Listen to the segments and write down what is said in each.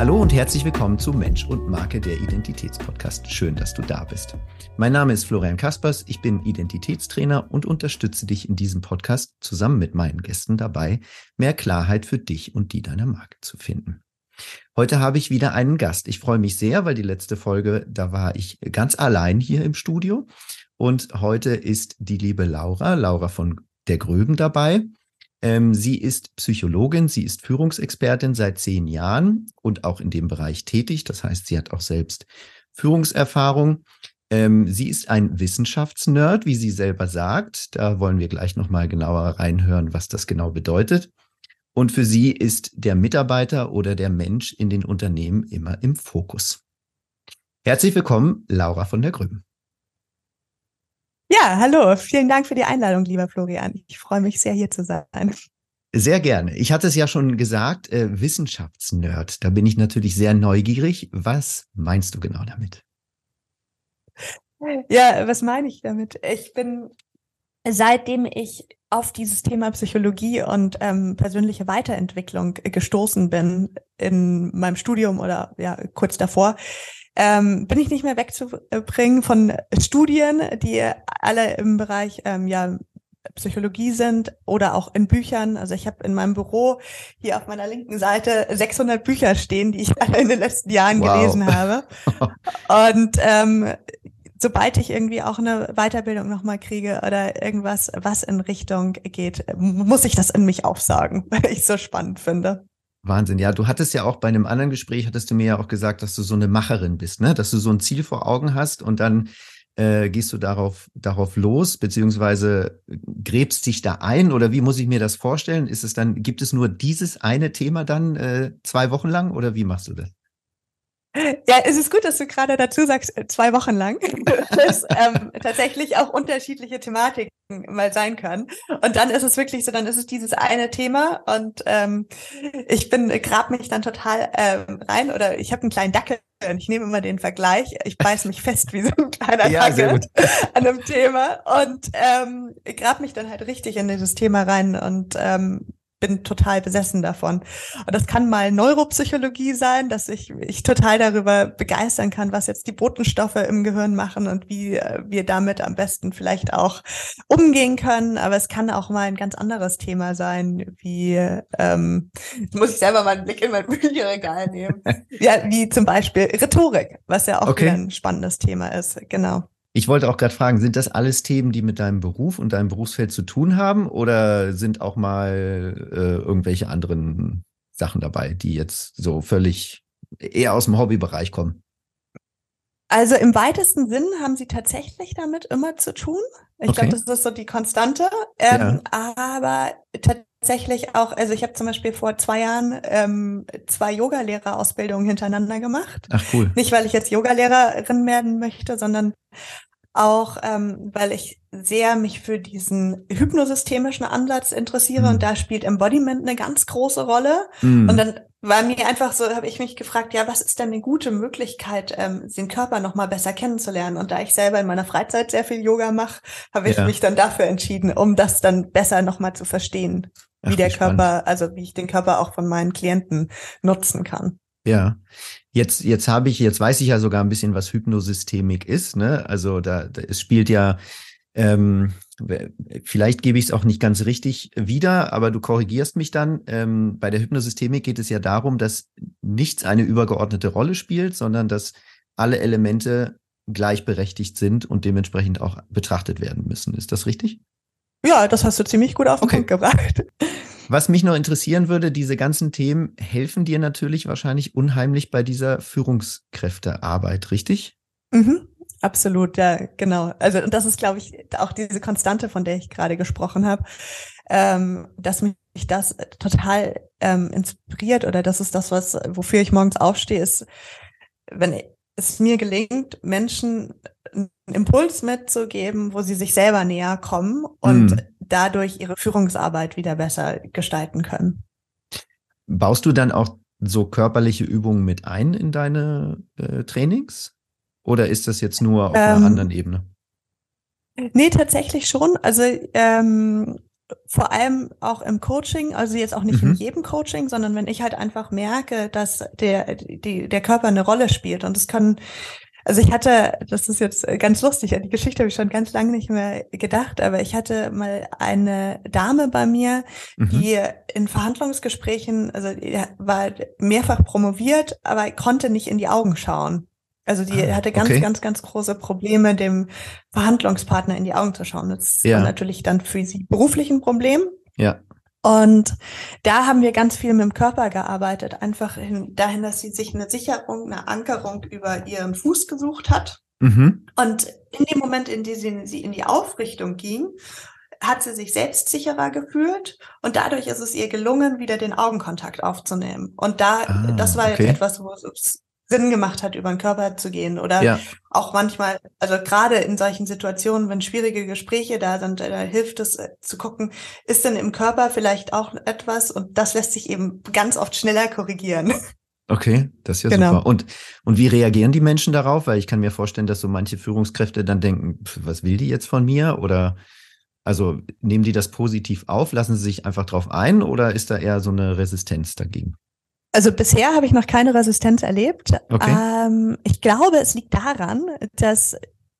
Hallo und herzlich willkommen zu Mensch und Marke, der Identitätspodcast. Schön, dass du da bist. Mein Name ist Florian Kaspers, ich bin Identitätstrainer und unterstütze dich in diesem Podcast zusammen mit meinen Gästen dabei, mehr Klarheit für dich und die deiner Marke zu finden. Heute habe ich wieder einen Gast. Ich freue mich sehr, weil die letzte Folge, da war ich ganz allein hier im Studio. Und heute ist die liebe Laura von der Gröben dabei. Sie ist Psychologin, sie ist Führungsexpertin seit 10 Jahren und auch in dem Bereich tätig. Das heißt, sie hat auch selbst Führungserfahrung. Sie ist ein Wissenschaftsnerd, wie sie selber sagt. Da wollen wir gleich nochmal genauer reinhören, was das genau bedeutet. Und für sie ist der Mitarbeiter oder der Mensch in den Unternehmen immer im Fokus. Herzlich willkommen, Laura von der Gröben. Ja, hallo. Vielen Dank für die Einladung, lieber Florian. Ich freue mich sehr, hier zu sein. Sehr gerne. Ich hatte es ja schon gesagt, Wissenschaftsnerd. Da bin ich natürlich sehr neugierig. Was meinst du genau damit? Ja, was meine ich damit? Ich bin, seitdem ich auf dieses Thema Psychologie und persönliche Weiterentwicklung gestoßen bin in meinem Studium oder ja kurz davor, bin ich nicht mehr wegzubringen von Studien, die alle im Bereich Psychologie sind oder auch in Büchern. Also ich habe in meinem Büro hier auf meiner linken Seite 600 Bücher stehen, die ich alle in den letzten Jahren gelesen habe. Und sobald ich irgendwie auch eine Weiterbildung nochmal kriege oder irgendwas, was in Richtung geht, muss ich das in mich aufsaugen, weil ich es so spannend finde. Wahnsinn. Ja, du hattest ja auch bei einem anderen Gespräch, hattest du mir ja auch gesagt, dass du so eine Macherin bist, ne? Dass du so ein Ziel vor Augen hast und dann gehst du darauf los, beziehungsweise gräbst dich da ein, oder wie muss ich mir das vorstellen? Gibt es nur dieses eine Thema dann 2 Wochen lang, oder wie machst du das? Ja, es ist gut, dass du gerade dazu sagst, 2 Wochen lang, dass tatsächlich auch unterschiedliche Thematiken mal sein können. Und dann ist es wirklich so, dann ist es dieses eine Thema und ich grab mich dann total rein, oder ich habe einen kleinen Dackel und ich nehme immer den Vergleich, ich beiß mich fest wie so ein kleiner Ja, sehr Dackel gut. an einem Thema und grab mich dann halt richtig in dieses Thema rein und bin total besessen davon. Und das kann mal Neuropsychologie sein, dass ich total darüber begeistern kann, was jetzt die Botenstoffe im Gehirn machen und wie wir damit am besten vielleicht auch umgehen können. Aber es kann auch mal ein ganz anderes Thema sein, wie, muss ich selber mal einen Blick in mein Bücherregal nehmen, ja, wie zum Beispiel Rhetorik, was ja auch wieder ein spannendes Thema ist. Genau. Ich wollte auch gerade fragen, sind das alles Themen, die mit deinem Beruf und deinem Berufsfeld zu tun haben, oder sind auch mal irgendwelche anderen Sachen dabei, die jetzt so völlig eher aus dem Hobbybereich kommen? Also im weitesten Sinn haben sie tatsächlich damit immer zu tun. Ich glaube, das ist so die Konstante. Ja. Aber tatsächlich auch, also ich habe zum Beispiel vor 2 Jahren 2 Yogalehrerausbildungen hintereinander gemacht. Ach, cool. Nicht, weil ich jetzt Yogalehrerin werden möchte, sondern auch, weil ich sehr mich für diesen hypnosystemischen Ansatz interessiere und da spielt Embodiment eine ganz große Rolle. Und dann war mir einfach so, habe ich mich gefragt, ja, was ist denn eine gute Möglichkeit, den Körper noch mal besser kennenzulernen? Und da ich selber in meiner Freizeit sehr viel Yoga mache, habe ich mich dann dafür entschieden, um das dann besser noch mal zu verstehen, wie der Körper, also wie ich den Körper auch von meinen Klienten nutzen kann. Ja, jetzt weiß ich ja sogar ein bisschen, was Hypnosystemik ist, ne? Also es spielt ja, vielleicht gebe ich es auch nicht ganz richtig wieder, aber du korrigierst mich dann. Bei der Hypnosystemik geht es ja darum, dass nichts eine übergeordnete Rolle spielt, sondern dass alle Elemente gleichberechtigt sind und dementsprechend auch betrachtet werden müssen. Ist das richtig? Ja, das hast du ziemlich gut auf den Punkt gebracht. Was mich noch interessieren würde, diese ganzen Themen helfen dir natürlich wahrscheinlich unheimlich bei dieser Führungskräftearbeit, richtig? Absolut, ja, genau. Also und das ist, glaube ich, auch diese Konstante, von der ich gerade gesprochen habe, dass mich das total inspiriert, oder das ist das, wofür ich morgens aufstehe, ist, wenn es mir gelingt, Menschen einen Impuls mitzugeben, wo sie sich selber näher kommen und dadurch ihre Führungsarbeit wieder besser gestalten können. Baust du dann auch so körperliche Übungen mit ein in deine Trainings? Oder ist das jetzt nur auf einer anderen Ebene? Nee, tatsächlich schon. Also vor allem auch im Coaching, also jetzt auch nicht in jedem Coaching, sondern wenn ich halt einfach merke, dass der Körper eine Rolle spielt. Und es können, also ich hatte, das ist jetzt ganz lustig, an die Geschichte habe ich schon ganz lange nicht mehr gedacht, aber ich hatte mal eine Dame bei mir, die in Verhandlungsgesprächen, also die war mehrfach promoviert, aber konnte nicht in die Augen schauen. Also die hatte ganz große Probleme, dem Verhandlungspartner in die Augen zu schauen. Das war natürlich dann für sie beruflich ein Problem. Ja. Und da haben wir ganz viel mit dem Körper gearbeitet, einfach dahin, dass sie sich eine Sicherung, eine Ankerung über ihren Fuß gesucht hat. Und in dem Moment, in dem sie in die Aufrichtung ging, hat sie sich selbstsicherer gefühlt und dadurch ist es ihr gelungen, wieder den Augenkontakt aufzunehmen. Und das war jetzt etwas, wo es Sinn gemacht hat, über den Körper zu gehen oder auch manchmal, also gerade in solchen Situationen, wenn schwierige Gespräche da sind, da hilft es zu gucken, ist denn im Körper vielleicht auch etwas und das lässt sich eben ganz oft schneller korrigieren. Okay, das ist ja super. Und wie reagieren die Menschen darauf? Weil ich kann mir vorstellen, dass so manche Führungskräfte dann denken, was will die jetzt von mir? Oder also nehmen die das positiv auf? Lassen sie sich einfach drauf ein oder ist da eher so eine Resistenz dagegen? Also bisher habe ich noch keine Resistenz erlebt. Okay. Ich glaube, es liegt daran, dass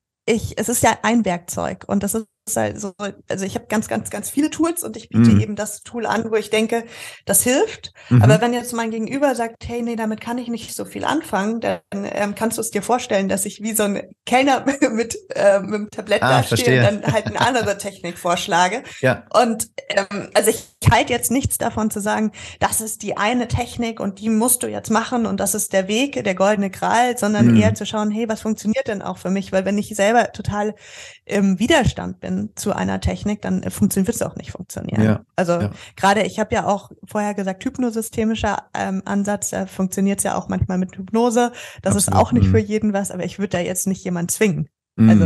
es ist ja ein Werkzeug und das ist halt so, also ich habe ganz viele Tools und ich biete eben das Tool an, wo ich denke, das hilft. Aber wenn jetzt mein Gegenüber sagt, hey, nee, damit kann ich nicht so viel anfangen, dann kannst du es dir vorstellen, dass ich wie so ein Kellner mit dem Tablett dastehe und dann halt eine andere Technik vorschlage. Ja. Und also ich halte jetzt nichts davon zu sagen, das ist die eine Technik und die musst du jetzt machen und das ist der Weg, der goldene Gral, sondern eher zu schauen, hey, was funktioniert denn auch für mich? Weil wenn ich selber total im Widerstand bin zu einer Technik, dann wird es auch nicht funktionieren. Ja, also gerade, ich habe ja auch vorher gesagt, hypnosystemischer Ansatz, da funktioniert es ja auch manchmal mit Hypnose. Das ist auch nicht für jeden was, aber ich würde da jetzt nicht jemand zwingen. Also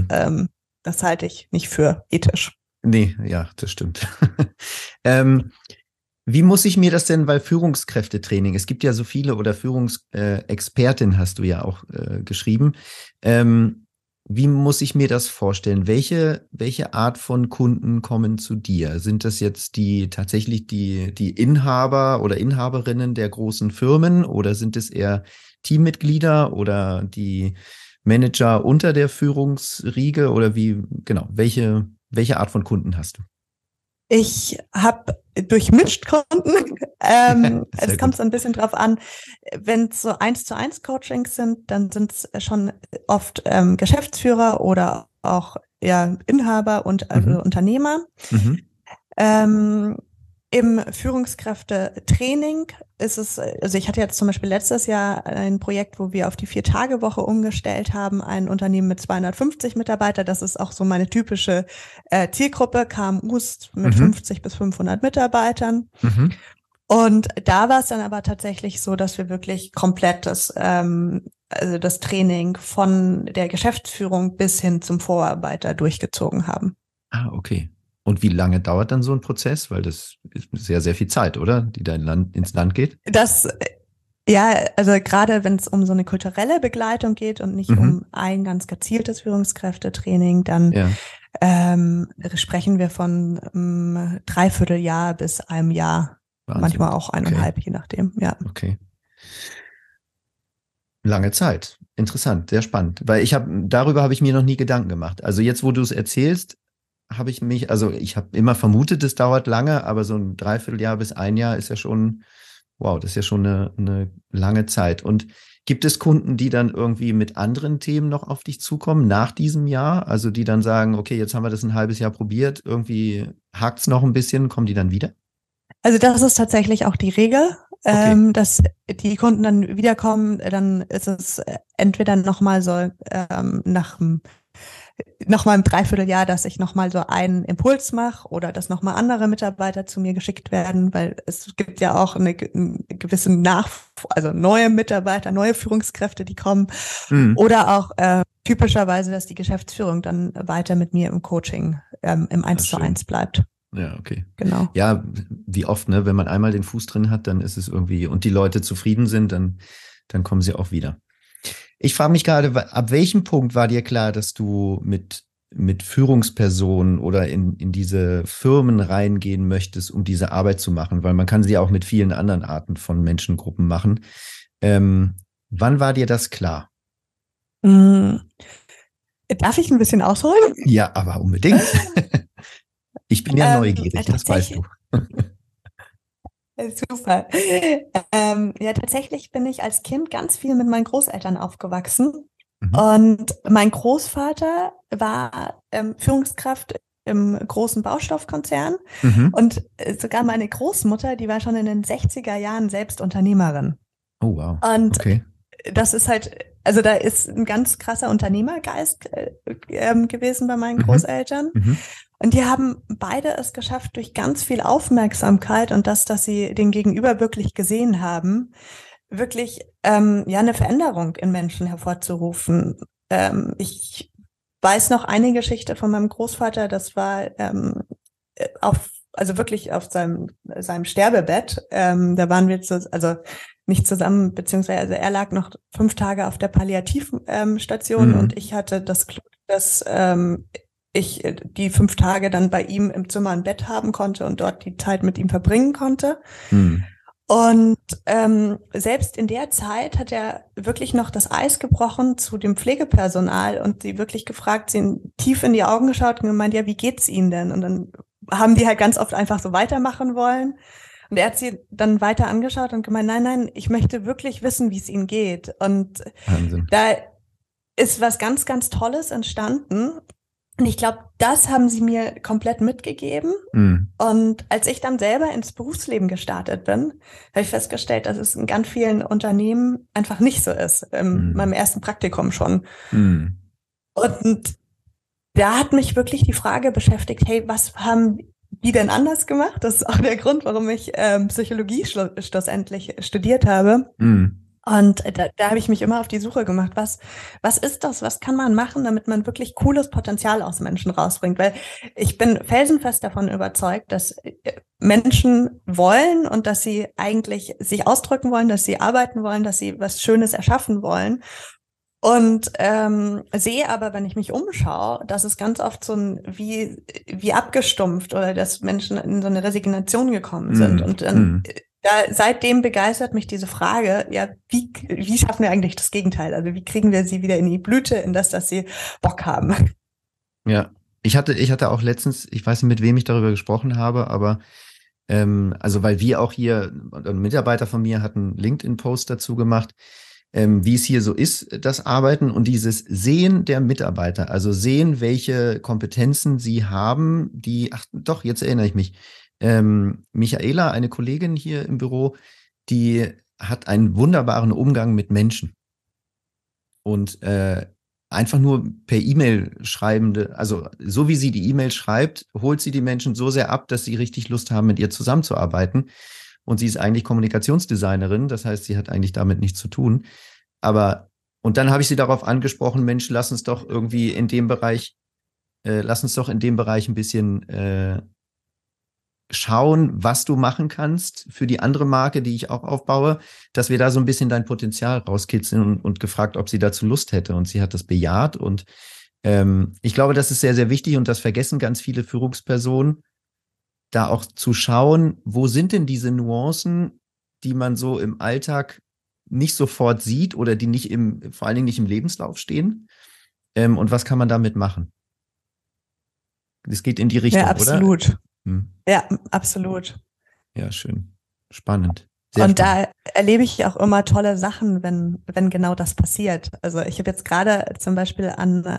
das halte ich nicht für ethisch. Nee, ja, das stimmt. Wie muss ich mir das denn, weil Führungskräftetraining, es gibt ja so viele oder Führungsexpertin hast du ja auch geschrieben. Wie muss ich mir das vorstellen? Welche Art von Kunden kommen zu dir? Sind das jetzt tatsächlich die Inhaber oder Inhaberinnen der großen Firmen oder sind es eher Teammitglieder oder die Manager unter der Führungsriege oder welche Art von Kunden hast du? Ich habe durchmischt Kunden. Es kommt so ein bisschen drauf an, wenn es so 1:1 Coachings sind, dann sind es schon oft Geschäftsführer oder auch Inhaber und Unternehmer. Im Führungskräftetraining ist es, also ich hatte jetzt zum Beispiel letztes Jahr ein Projekt, wo wir auf die 4-Tage-Woche umgestellt haben, ein Unternehmen mit 250 Mitarbeitern. Das ist auch so meine typische Zielgruppe, KMUs mit 50 bis 500 Mitarbeitern. Und da war es dann aber tatsächlich so, dass wir wirklich komplett also das Training von der Geschäftsführung bis hin zum Vorarbeiter durchgezogen haben. Ah, okay. Und wie lange dauert dann so ein Prozess? Weil das ist sehr, sehr viel Zeit, oder? Die da ins Land geht? Also gerade wenn es um so eine kulturelle Begleitung geht und nicht um ein ganz gezieltes Führungskräftetraining, dann sprechen wir von 3/4 Jahr bis einem Jahr. Wahnsinn. Manchmal auch 1,5, je nachdem, ja. Okay. Lange Zeit. Interessant, sehr spannend. Weil darüber habe ich mir noch nie Gedanken gemacht. Also jetzt, wo du es erzählst, ich habe immer vermutet, es dauert lange, aber so ein 3/4 Jahr bis ein Jahr ist ja schon, wow, das ist ja schon eine lange Zeit. Und gibt es Kunden, die dann irgendwie mit anderen Themen noch auf dich zukommen nach diesem Jahr? Also die dann sagen, okay, jetzt haben wir das ein halbes Jahr probiert, irgendwie hakt's noch ein bisschen, kommen die dann wieder? Also das ist tatsächlich auch die Regel, dass die Kunden dann wiederkommen, dann ist es entweder nochmal so nochmal im 3/4 Jahr, dass ich nochmal so einen Impuls mache oder dass nochmal andere Mitarbeiter zu mir geschickt werden, weil es gibt ja auch eine gewisse also neue Mitarbeiter, neue Führungskräfte, die kommen. Oder auch typischerweise, dass die Geschäftsführung dann weiter mit mir im Coaching im 1:1 bleibt. Ja, okay. Genau. Ja, wie oft, ne? Wenn man einmal den Fuß drin hat, dann ist es irgendwie, und die Leute zufrieden sind, dann kommen sie auch wieder. Ich frage mich gerade, ab welchem Punkt war dir klar, dass du mit mit Führungspersonen oder in diese Firmen reingehen möchtest, um diese Arbeit zu machen, weil man kann sie auch mit vielen anderen Arten von Menschengruppen machen. Wann war dir das klar? Mm, Darf ich ein bisschen ausholen? Ja, aber unbedingt. Ich bin ja neugierig, das weißt du. Tatsächlich, super. Ja, tatsächlich bin ich als Kind ganz viel mit meinen Großeltern aufgewachsen. Mhm. Und mein Großvater war Führungskraft im großen Baustoffkonzern Mhm. und sogar meine Großmutter, die war schon in den 60er Jahren selbst Unternehmerin. Oh, wow. Und Okay. das ist halt, also da ist ein ganz krasser Unternehmergeist gewesen bei meinen Mhm. Großeltern. Mhm. Und die haben beide es geschafft, durch ganz viel Aufmerksamkeit und das, dass sie den Gegenüber wirklich gesehen haben, wirklich ja eine Veränderung in Menschen hervorzurufen. Ich weiß noch eine Geschichte von meinem Großvater, das war also wirklich auf seinem Sterbebett. Da waren wir also nicht zusammen, beziehungsweise er lag noch 5 Tage auf der Palliativstation und Mhm. ich hatte das Glück, dass ich die 5 Tage dann bei ihm im Zimmer ein Bett haben konnte und dort die Zeit mit ihm verbringen konnte. Mhm. Und selbst in der Zeit hat er wirklich noch das Eis gebrochen zu dem Pflegepersonal und sie wirklich gefragt, sie tief in die Augen geschaut und gemeint, ja, wie geht's Ihnen denn? Und dann haben die halt ganz oft einfach so weitermachen wollen. Und er hat sie dann weiter angeschaut und gemeint, nein, nein, ich möchte wirklich wissen, wie es Ihnen geht. Und Wahnsinn. da ist was ganz, ganz Tolles entstanden. Und ich glaube, das haben sie mir komplett mitgegeben. Mhm. Und als ich dann selber ins Berufsleben gestartet bin, habe ich festgestellt, dass es in ganz vielen Unternehmen einfach nicht so ist. In meinem Mhm. ersten Praktikum schon. Mhm. Und da hat mich wirklich die Frage beschäftigt, hey, was haben die denn anders gemacht? Das ist auch der Grund, warum ich Psychologie schlussendlich studiert habe. Mhm. Und da habe ich mich immer auf die Suche gemacht, was ist das? Was kann man machen, damit man wirklich cooles Potenzial aus Menschen rausbringt? Weil ich bin felsenfest davon überzeugt, dass Menschen wollen und dass sie eigentlich sich ausdrücken wollen, dass sie arbeiten wollen, dass sie was Schönes erschaffen wollen. Und sehe aber, wenn ich mich umschaue, dass es ganz oft so ein wie abgestumpft oder dass Menschen in so eine Resignation gekommen sind. Mhm. Und dann Mhm. seitdem begeistert mich diese Frage, ja, wie schaffen wir eigentlich das Gegenteil? Also wie kriegen wir sie wieder in die Blüte, in das, dass sie Bock haben? Ja, ich hatte auch letztens, ich weiß nicht, mit wem ich darüber gesprochen habe, aber also weil wir auch hier, ein Mitarbeiter von mir hat einen LinkedIn-Post dazu gemacht, wie es hier so ist, das Arbeiten und dieses Sehen der Mitarbeiter, also sehen, welche Kompetenzen sie haben, die, ach doch, jetzt erinnere ich mich, Michaela, eine Kollegin hier im Büro, die hat einen wunderbaren Umgang mit Menschen und einfach nur per E-Mail schreibende, also so wie sie die E-Mail schreibt, holt sie die Menschen so sehr ab, dass sie richtig Lust haben, mit ihr zusammenzuarbeiten. Und sie ist eigentlich Kommunikationsdesignerin, das heißt, sie hat eigentlich damit nichts zu tun. Aber, und dann habe ich sie darauf angesprochen, Mensch, lass uns doch irgendwie in dem Bereich, lass uns doch in dem Bereich ein bisschen schauen, was du machen kannst für die andere Marke, die ich auch aufbaue, dass wir da so ein bisschen dein Potenzial rauskitzeln und gefragt, ob sie dazu Lust hätte. Und sie hat das bejaht. Und ich glaube, das ist sehr, sehr wichtig und das vergessen ganz viele Führungspersonen, da auch zu schauen, wo sind denn diese Nuancen, die man so im Alltag nicht sofort sieht oder die nicht vor allen Dingen nicht im Lebenslauf stehen. Und was kann man damit machen? Das geht in die Ja, Richtung, oder? absolut. Hm. Ja, absolut. Ja, schön. Spannend. Sehr Und spannend. da erlebe ich auch immer tolle Sachen, wenn genau das passiert. Also ich habe jetzt gerade zum Beispiel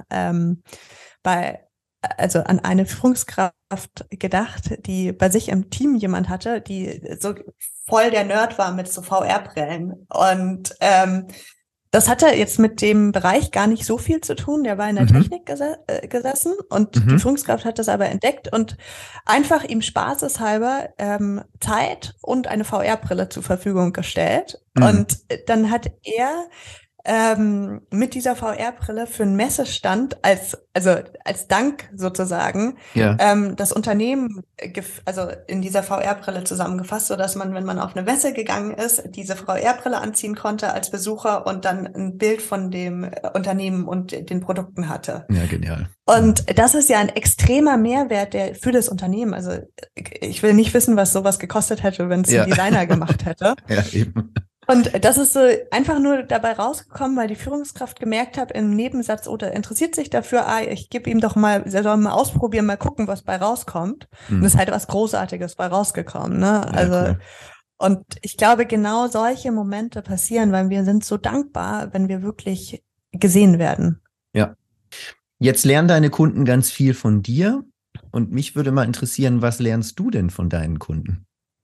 also an eine Führungskraft gedacht, die bei sich im Team jemand hatte, die so voll der Nerd war mit so VR-Brillen. Und das hatte jetzt mit dem Bereich gar nicht so viel zu tun. Der war in der Mhm. Technik gesessen und die Mhm. Führungskraft hat das aber entdeckt und einfach ihm spaßeshalber Zeit und eine VR-Brille zur Verfügung gestellt. Mhm. Und dann hat er mit dieser VR-Brille für einen Messestand als Dank sozusagen, Ja. das Unternehmen also in dieser VR-Brille zusammengefasst, sodass man, wenn man auf eine Messe gegangen ist, diese VR-Brille anziehen konnte als Besucher und dann ein Bild von dem Unternehmen und den Produkten hatte. Ja, genial. Und das ist ja ein extremer Mehrwert für das Unternehmen. Also ich will nicht wissen, was sowas gekostet hätte, wenn es ein Designer gemacht hätte. Ja, eben. Und das ist so einfach nur dabei rausgekommen, weil die Führungskraft gemerkt hat im Nebensatz, oder interessiert sich dafür, ich gebe ihm doch mal, er soll mal ausprobieren, mal gucken, was bei rauskommt. Und es ist halt was Großartiges bei rausgekommen, ne? Ja, Also, cool. Und ich glaube, genau solche Momente passieren, weil wir sind so dankbar, wenn wir wirklich gesehen werden. Ja. Jetzt lernen deine Kunden ganz viel von dir. Und mich würde mal interessieren, was lernst du denn von deinen Kunden?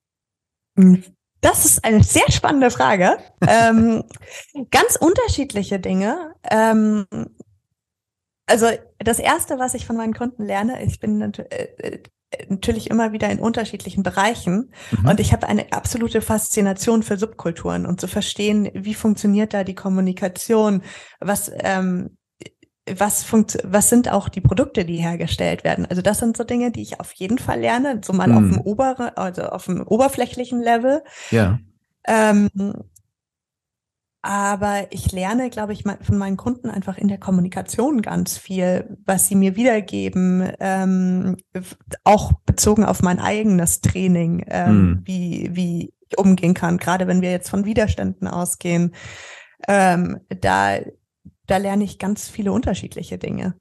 Das ist eine sehr spannende Frage. Ganz unterschiedliche Dinge. Also das Erste, was ich von meinen Kunden lerne, ich bin natürlich immer wieder in unterschiedlichen Bereichen und ich habe eine absolute Faszination für Subkulturen und zu verstehen, wie funktioniert da die Kommunikation, was sind auch die Produkte, die hergestellt werden? Also das sind so Dinge, die ich auf jeden Fall lerne, so mal auf dem oberflächlichen Level. Ja. Aber ich lerne, glaube ich, von meinen Kunden einfach in der Kommunikation ganz viel, was sie mir wiedergeben, auch bezogen auf mein eigenes Training, wie ich umgehen kann, gerade wenn wir jetzt von Widerständen ausgehen. Da lerne ich ganz viele unterschiedliche Dinge.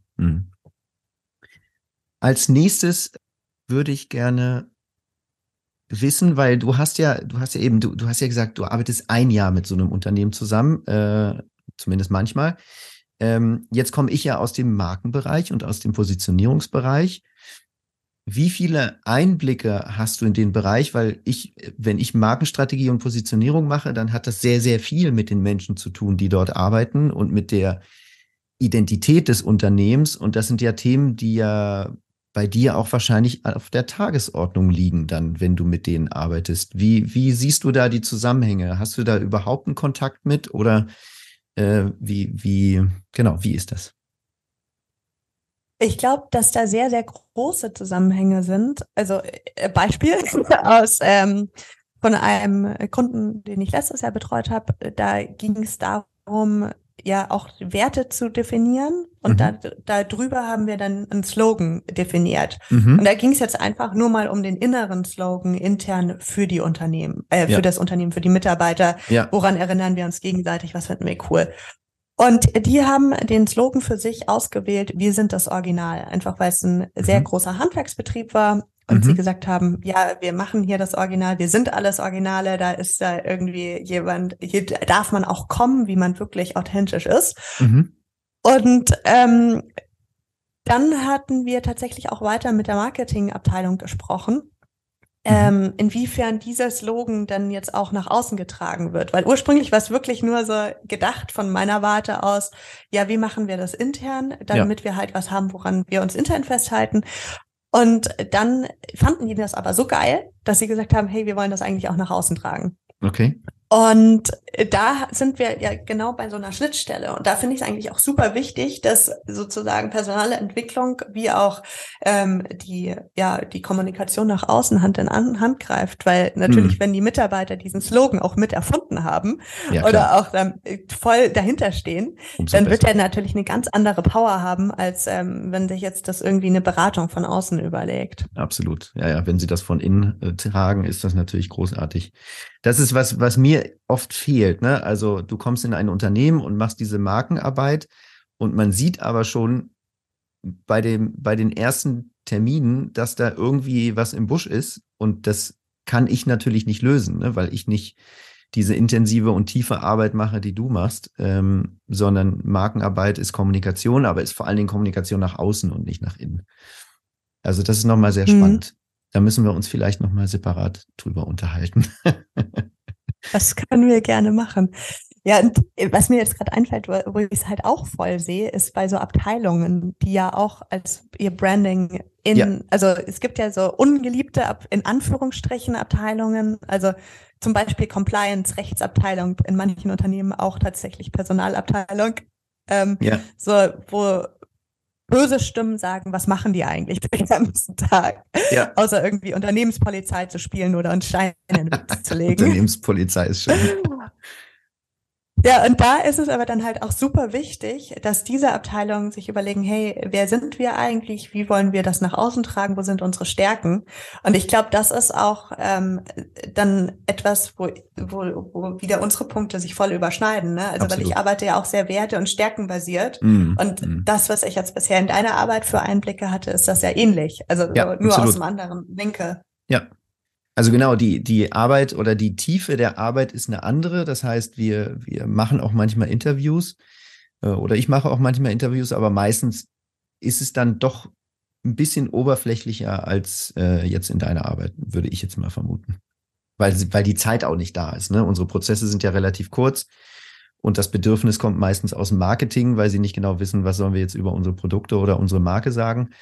Als nächstes würde ich gerne wissen, weil du hast ja gesagt, du arbeitest ein Jahr mit so einem Unternehmen zusammen, zumindest manchmal. Jetzt komme ich ja aus dem Markenbereich und aus dem Positionierungsbereich. Wie viele Einblicke hast du in den Bereich? Weil wenn ich Markenstrategie und Positionierung mache, dann hat das sehr, sehr viel mit den Menschen zu tun, die dort arbeiten und mit der Identität des Unternehmens. Und das sind ja Themen, die ja bei dir auch wahrscheinlich auf der Tagesordnung liegen dann, wenn du mit denen arbeitest. Wie siehst du da die Zusammenhänge? Hast du da überhaupt einen Kontakt mit oder wie ist das? Ich glaube, dass da sehr, sehr große Zusammenhänge sind. Also Beispiel von einem Kunden, den ich letztes Jahr betreut habe, da ging es darum, ja auch Werte zu definieren und da drüber haben wir dann einen Slogan definiert. Und da ging es jetzt einfach nur mal um den inneren Slogan intern für die Unternehmen, für das Unternehmen, für die Mitarbeiter. Ja. Woran erinnern wir uns gegenseitig? Was finden wir cool? Und die haben den Slogan für sich ausgewählt, wir sind das Original, einfach weil es ein sehr großer Handwerksbetrieb war und sie gesagt haben, ja, wir machen hier das Original, wir sind alles Originale, da ist da irgendwie jemand, hier darf man auch kommen, wie man wirklich authentisch ist. Und dann hatten wir tatsächlich auch weiter mit der Marketingabteilung gesprochen, inwiefern dieser Slogan dann jetzt auch nach außen getragen wird. Weil ursprünglich war es wirklich nur so gedacht von meiner Warte aus, ja, wie machen wir das intern, damit wir halt was haben, woran wir uns intern festhalten. Und dann fanden die das aber so geil, dass sie gesagt haben, hey, wir wollen das eigentlich auch nach außen tragen. Okay. Und da sind wir ja genau bei so einer Schnittstelle. Und da finde ich es eigentlich auch super wichtig, dass sozusagen personale Entwicklung wie auch die Kommunikation nach außen Hand in Hand greift. Weil natürlich, wenn die Mitarbeiter diesen Slogan auch mit erfunden haben oder auch voll dahinter stehen, dann wird er natürlich eine ganz andere Power haben, als wenn sich jetzt das irgendwie eine Beratung von außen überlegt. Absolut. Ja, wenn sie das von innen tragen, ist das natürlich großartig. Das ist was mir oft fehlt, ne? Also du kommst in ein Unternehmen und machst diese Markenarbeit und man sieht aber schon bei den ersten Terminen, dass da irgendwie was im Busch ist und das kann ich natürlich nicht lösen, ne? Weil ich nicht diese intensive und tiefe Arbeit mache, die du machst, sondern Markenarbeit ist Kommunikation, aber ist vor allen Dingen Kommunikation nach außen und nicht nach innen. Also das ist nochmal sehr spannend. Da müssen wir uns vielleicht nochmal separat drüber unterhalten. Das können wir gerne machen. Ja, und was mir jetzt gerade einfällt, wo ich es halt auch voll sehe, ist bei so Abteilungen, die ja auch als ihr Branding Ja, also es gibt ja so ungeliebte, in Anführungsstrichen, Abteilungen, also zum Beispiel Compliance, Rechtsabteilung, in manchen Unternehmen auch tatsächlich Personalabteilung, ähm, ja, so, wo böse Stimmen sagen, was machen die eigentlich den ganzen Tag, ja. außer irgendwie Unternehmenspolizei zu spielen oder uns Steine in den Weg zu legen. Unternehmenspolizei ist schön. Ja, und da ist es aber dann halt auch super wichtig, dass diese Abteilungen sich überlegen, hey, wer sind wir eigentlich? Wie wollen wir das nach außen tragen? Wo sind unsere Stärken? Und ich glaube, das ist auch dann etwas, wo wieder unsere Punkte sich voll überschneiden. Ne? Also weil ich Absolut. arbeite ja auch sehr werte- und stärkenbasiert. Mhm. Und Mhm. das, was ich jetzt bisher in deiner Arbeit für Einblicke hatte, ist das ja ähnlich. Also Ja, so nur aus absolut. einem anderen Winkel. Ja. Also genau, die Arbeit oder die Tiefe der Arbeit ist eine andere. Das heißt, wir machen auch manchmal Interviews oder ich mache auch manchmal Interviews, aber meistens ist es dann doch ein bisschen oberflächlicher als jetzt in deiner Arbeit, würde ich jetzt mal vermuten. Weil die Zeit auch nicht da ist. Ne? Unsere Prozesse sind ja relativ kurz und das Bedürfnis kommt meistens aus dem Marketing, weil sie nicht genau wissen, was sollen wir jetzt über unsere Produkte oder unsere Marke sagen.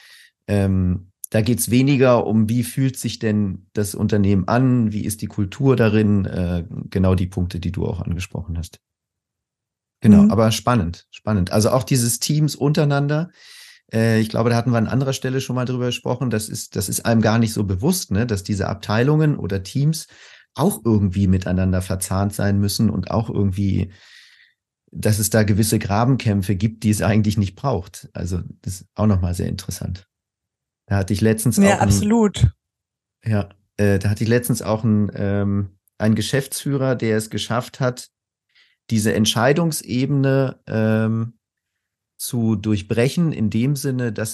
Da geht es weniger um, wie fühlt sich denn das Unternehmen an, wie ist die Kultur darin, genau die Punkte, die du auch angesprochen hast. Genau, Mhm. aber spannend, spannend. Also auch dieses Teams untereinander. Ich glaube, da hatten wir an anderer Stelle schon mal drüber gesprochen. Das ist einem gar nicht so bewusst, ne, dass diese Abteilungen oder Teams auch irgendwie miteinander verzahnt sein müssen und auch irgendwie, dass es da gewisse Grabenkämpfe gibt, die es eigentlich nicht braucht. Also das ist auch nochmal sehr interessant. Da hatte ich letztens Ja, auch absolut. ja, da hatte ich letztens auch einen Geschäftsführer, der es geschafft hat, diese Entscheidungsebene zu durchbrechen, in dem Sinne, dass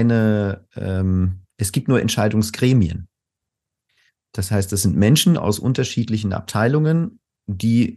es gibt nur Entscheidungsgremien. Das heißt, das sind Menschen aus unterschiedlichen Abteilungen, die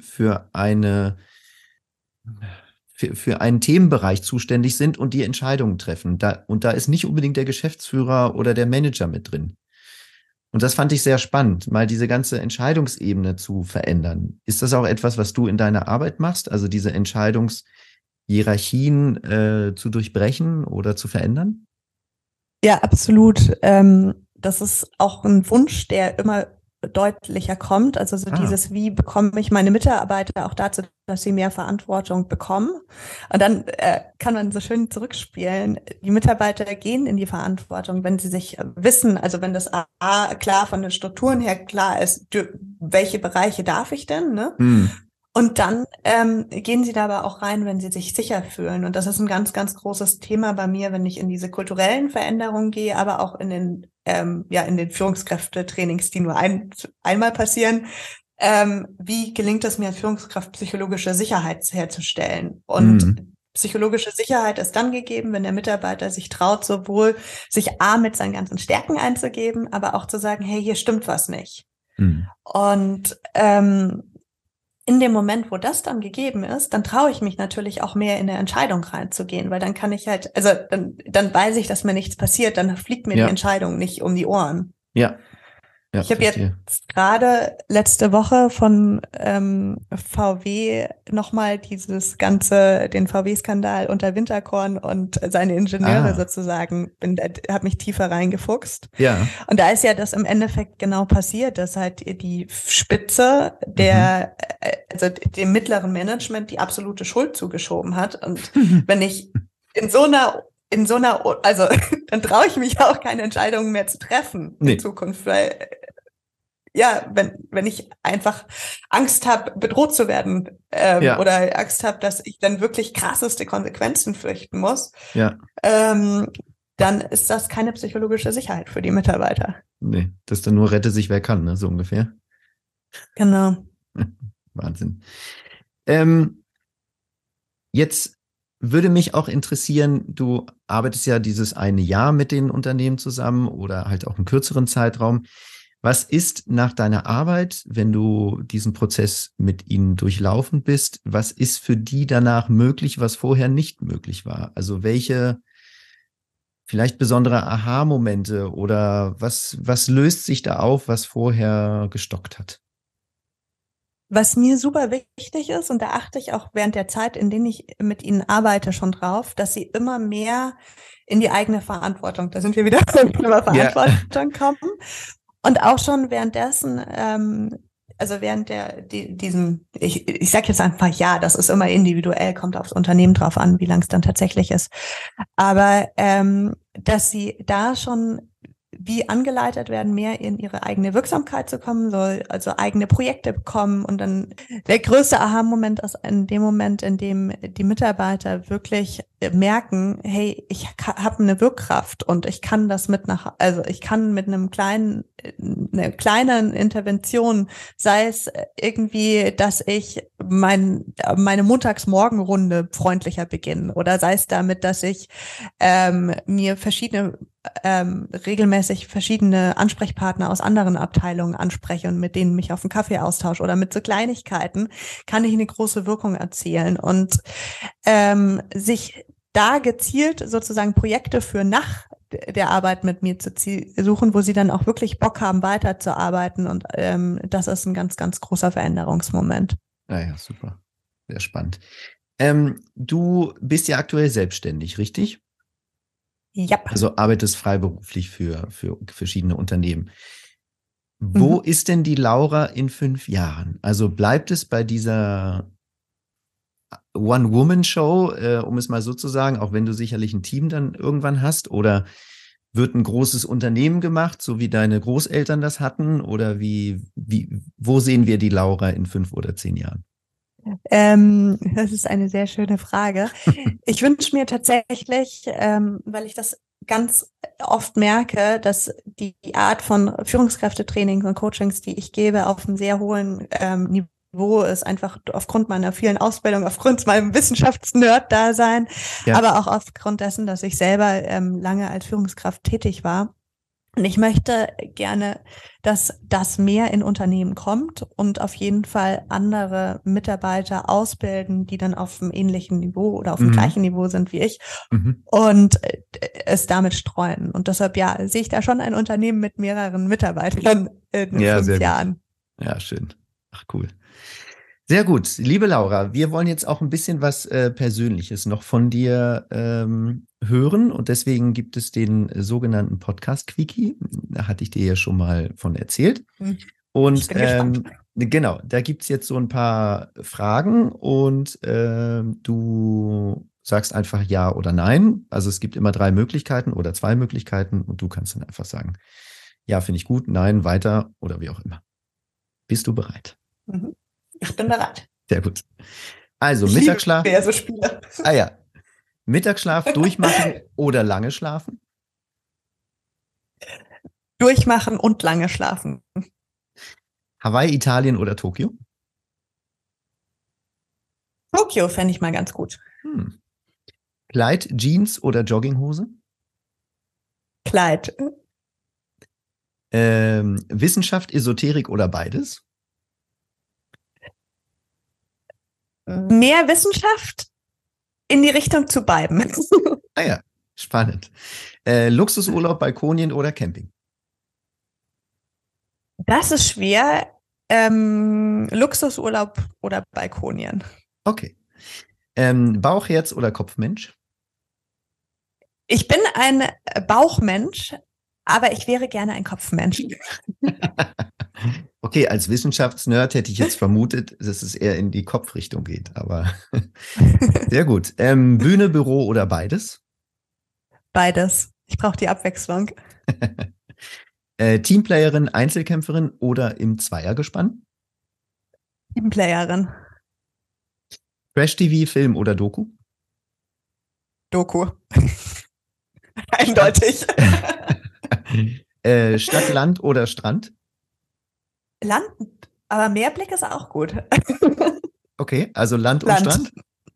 für einen Themenbereich zuständig sind und die Entscheidungen treffen. Und da ist nicht unbedingt der Geschäftsführer oder der Manager mit drin. Und das fand ich sehr spannend, mal diese ganze Entscheidungsebene zu verändern. Ist das auch etwas, was du in deiner Arbeit machst, also diese Entscheidungshierarchien zu durchbrechen oder zu verändern? Ja, absolut. Das ist auch ein Wunsch, der immer deutlicher kommt. Also so Ah, dieses, wie bekomme ich meine Mitarbeiter auch dazu, dass sie mehr Verantwortung bekommen? Und dann kann man so schön zurückspielen. Die Mitarbeiter gehen in die Verantwortung, wenn sie sich wissen, also wenn das A klar von den Strukturen her klar ist, welche Bereiche darf ich denn, ne? hm, Und dann gehen sie da aber auch rein, wenn sie sich sicher fühlen. Und das ist ein ganz, ganz großes Thema bei mir, wenn ich in diese kulturellen Veränderungen gehe, aber auch in den Führungskräftetrainings, die nur einmal passieren. Wie gelingt es mir als Führungskraft, psychologische Sicherheit herzustellen? Und hm, psychologische Sicherheit ist dann gegeben, wenn der Mitarbeiter sich traut, sowohl sich A mit seinen ganzen Stärken einzugeben, aber auch zu sagen, hey, hier stimmt was nicht. hm, Und in dem Moment, wo das dann gegeben ist, dann traue ich mich natürlich auch mehr in der Entscheidung reinzugehen, weil dann kann ich halt, also dann weiß ich, dass mir nichts passiert, dann fliegt mir die ja, Entscheidung nicht um die Ohren. ja, ja, Ich habe verstehe. jetzt gerade letzte Woche von VW nochmal den VW-Skandal unter Winterkorn und seine Ingenieure Ah, sozusagen, habe mich tiefer reingefuchst. ja, Und da ist ja das im Endeffekt genau passiert, dass halt die Spitze mhm. also dem mittleren Management die absolute Schuld zugeschoben hat. Und wenn ich also dann traue ich mich auch keine Entscheidungen mehr zu treffen in Nee, Zukunft, weil ja, wenn ich einfach Angst habe, bedroht zu werden ja, oder Angst habe, dass ich dann wirklich krasseste Konsequenzen fürchten muss, ja, ähm, dann ist das keine psychologische Sicherheit für die Mitarbeiter. nee, das dann nur rette sich, wer kann, ne, so ungefähr. Genau. Wahnsinn. Ähm, Jetzt würde mich auch interessieren, du arbeitest ja dieses eine Jahr mit den Unternehmen zusammen oder halt auch einen kürzeren Zeitraum. Was ist nach deiner Arbeit, wenn du diesen Prozess mit ihnen durchlaufen bist, was ist für die danach möglich, was vorher nicht möglich war? Also welche vielleicht besondere Aha-Momente oder was löst sich da auf, was vorher gestockt hat? Was mir super wichtig ist, und da achte ich auch während der Zeit, in denen ich mit ihnen arbeite, schon drauf, dass sie immer mehr in die eigene Verantwortung, da sind wir wieder beim Thema Verantwortung kommen. Und auch schon währenddessen, also während ich sage jetzt einfach ja, das ist immer individuell, kommt aufs Unternehmen drauf an, wie lang es dann tatsächlich ist. Aber dass sie da schon wie angeleitet werden, mehr in ihre eigene Wirksamkeit zu kommen, also eigene Projekte bekommen. Und dann der größte Aha-Moment ist in dem Moment, in dem die Mitarbeiter wirklich merken, hey, ich habe eine Wirkkraft und ich kann das also ich kann mit einer kleinen Intervention, sei es irgendwie, dass ich meine Montagsmorgenrunde freundlicher beginne, oder sei es damit, dass ich mir regelmäßig verschiedene Ansprechpartner aus anderen Abteilungen anspreche und mit denen mich auf einen Kaffee austausche, oder mit so Kleinigkeiten kann ich eine große Wirkung erzielen. Und sich da gezielt sozusagen Projekte für nach der Arbeit mit mir zu suchen, wo sie dann auch wirklich Bock haben, weiterzuarbeiten. Und das ist ein ganz, ganz großer Veränderungsmoment. Ja, super. Sehr spannend. Du bist ja aktuell selbstständig, richtig? Ja. Also arbeitest freiberuflich für verschiedene Unternehmen. Wo ist denn die Laura in 5 Jahren? Also bleibt es bei dieser One-Woman-Show, um es mal so zu sagen, auch wenn du sicherlich ein Team dann irgendwann hast, oder wird ein großes Unternehmen gemacht, so wie deine Großeltern das hatten, oder wo sehen wir die Laura in 5 oder 10 Jahren? Das ist eine sehr schöne Frage. Ich wünsche mir tatsächlich, weil ich das ganz oft merke, dass die Art von Führungskräftetrainings und Coachings, die ich gebe, auf einem sehr hohen Niveau ist, einfach aufgrund meiner vielen Ausbildung, aufgrund meinem Wissenschaftsnerd-Dasein, aber auch aufgrund dessen, dass ich selber lange als Führungskraft tätig war. Und ich möchte gerne, dass das mehr in Unternehmen kommt und auf jeden Fall andere Mitarbeiter ausbilden, die dann auf einem ähnlichen Niveau oder auf dem gleichen Niveau sind wie ich und es damit streuen. Und deshalb, ja, sehe ich da schon ein Unternehmen mit mehreren Mitarbeitern in 5 Jahren. Ja, schön. Ach, cool. Sehr gut. Liebe Laura, wir wollen jetzt auch ein bisschen was Persönliches noch von dir hören, und deswegen gibt es den sogenannten Podcast-Quickie. Da hatte ich dir ja schon mal von erzählt. Und ich bin gespannt. Genau, da gibt es jetzt so ein paar Fragen, und du sagst einfach ja oder nein. Also es gibt immer 3 Möglichkeiten oder 2 Möglichkeiten, und du kannst dann einfach sagen, ja, finde ich gut, nein, weiter oder wie auch immer. Bist du bereit? Ich bin bereit. Sehr gut. Also Mittagsschlaf. So Spiele. Ja. Mittagsschlaf durchmachen oder lange schlafen? Durchmachen und lange schlafen. Hawaii, Italien oder Tokio? Tokio fände ich mal ganz gut. Kleid, Jeans oder Jogginghose? Kleid. Wissenschaft, Esoterik oder beides? Mehr Wissenschaft in die Richtung zu beiden. Ah ja, spannend. Luxusurlaub, Balkonien oder Camping? Das ist schwer. Luxusurlaub oder Balkonien. Okay. Bauchherz oder Kopfmensch? Ich bin ein Bauchmensch, aber ich wäre gerne ein Kopfmensch. Okay, als Wissenschaftsnerd hätte ich jetzt vermutet, dass es eher in die Kopfrichtung geht, aber sehr gut. Bühne, Büro oder beides? Beides. Ich brauche die Abwechslung. Teamplayerin, Einzelkämpferin oder im Zweiergespann? Teamplayerin. Trash-TV, Film oder Doku? Doku. Eindeutig. Stadt, Land oder Strand? Land, aber Meerblick ist auch gut. Okay, also Land und Strand?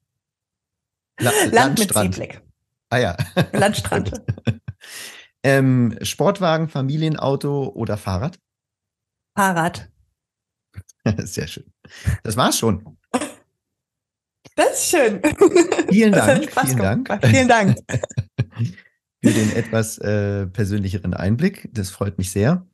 Land mit Seeblick. Ah ja. Landstrand. Sportwagen, Familienauto oder Fahrrad? Fahrrad. Sehr schön. Das war's schon. Das ist schön. Vielen Dank. Vielen Dank. Für den etwas persönlicheren Einblick. Das freut mich sehr.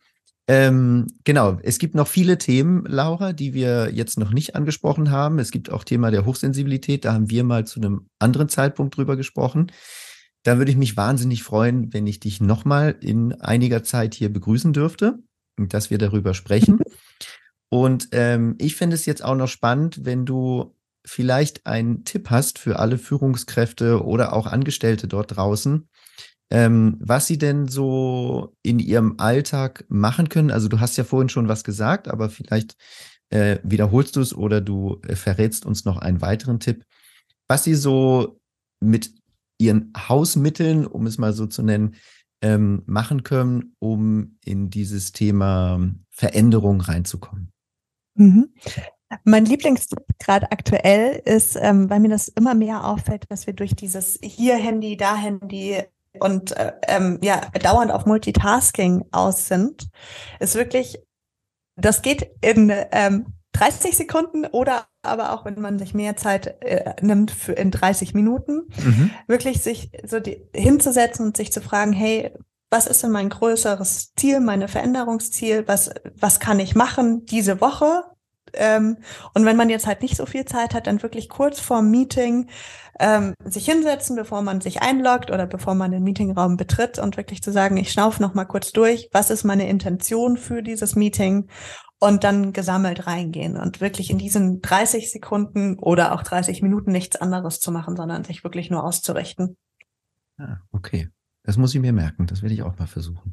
Genau, es gibt noch viele Themen, Laura, die wir jetzt noch nicht angesprochen haben. Es gibt auch Thema der Hochsensibilität, da haben wir mal zu einem anderen Zeitpunkt drüber gesprochen. Da würde ich mich wahnsinnig freuen, wenn ich dich nochmal in einiger Zeit hier begrüßen dürfte und dass wir darüber sprechen. Und ich finde es jetzt auch noch spannend, wenn du vielleicht einen Tipp hast für alle Führungskräfte oder auch Angestellte dort draußen, was sie denn so in ihrem Alltag machen können. Also du hast ja vorhin schon was gesagt, aber vielleicht wiederholst du es oder du verrätst uns noch einen weiteren Tipp, was sie so mit ihren Hausmitteln, um es mal so zu nennen, machen können, um in dieses Thema Veränderung reinzukommen. Mhm. Mein Lieblingstipp gerade aktuell ist, weil mir das immer mehr auffällt, dass wir durch dieses hier Handy, da Handy und dauernd auf Multitasking aus sind, ist wirklich, das geht in 30 Sekunden oder aber auch, wenn man sich mehr Zeit nimmt für in 30 Minuten, wirklich sich so hinzusetzen und sich zu fragen, hey, was ist denn mein größeres Ziel, meine Veränderungsziel, was kann ich machen diese Woche? Und wenn man jetzt halt nicht so viel Zeit hat, dann wirklich kurz vorm Meeting sich hinsetzen, bevor man sich einloggt oder bevor man den Meetingraum betritt und wirklich zu sagen, ich schnaufe noch mal kurz durch, was ist meine Intention für dieses Meeting und dann gesammelt reingehen und wirklich in diesen 30 Sekunden oder auch 30 Minuten nichts anderes zu machen, sondern sich wirklich nur auszurichten. Ah, okay. Das muss ich mir merken. Das werde ich auch mal versuchen.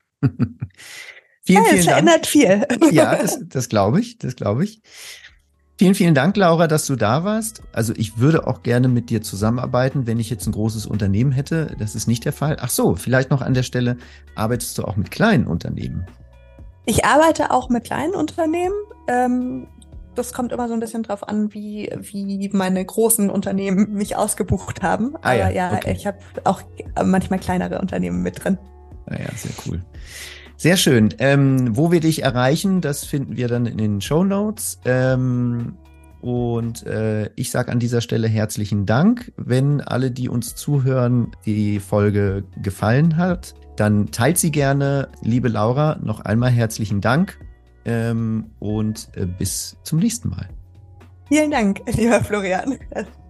Vielen Dank. Verändert viel. Ja, das glaube ich, das glaube ich. Vielen Dank, Laura, dass du da warst. Also ich würde auch gerne mit dir zusammenarbeiten, wenn ich jetzt ein großes Unternehmen hätte. Das ist nicht der Fall. Ach so, vielleicht noch an der Stelle, arbeitest du auch mit kleinen Unternehmen? Ich arbeite auch mit kleinen Unternehmen. Das kommt immer so ein bisschen drauf an, wie meine großen Unternehmen mich ausgebucht haben. Aber ja, okay. Ich habe auch manchmal kleinere Unternehmen mit drin. Ja, sehr cool. Sehr schön. Wo wir dich erreichen, das finden wir dann in den Shownotes. Ich sage an dieser Stelle herzlichen Dank. Wenn alle, die uns zuhören, die Folge gefallen hat, dann teilt sie gerne. Liebe Laura, noch einmal herzlichen Dank bis zum nächsten Mal. Vielen Dank, lieber Florian.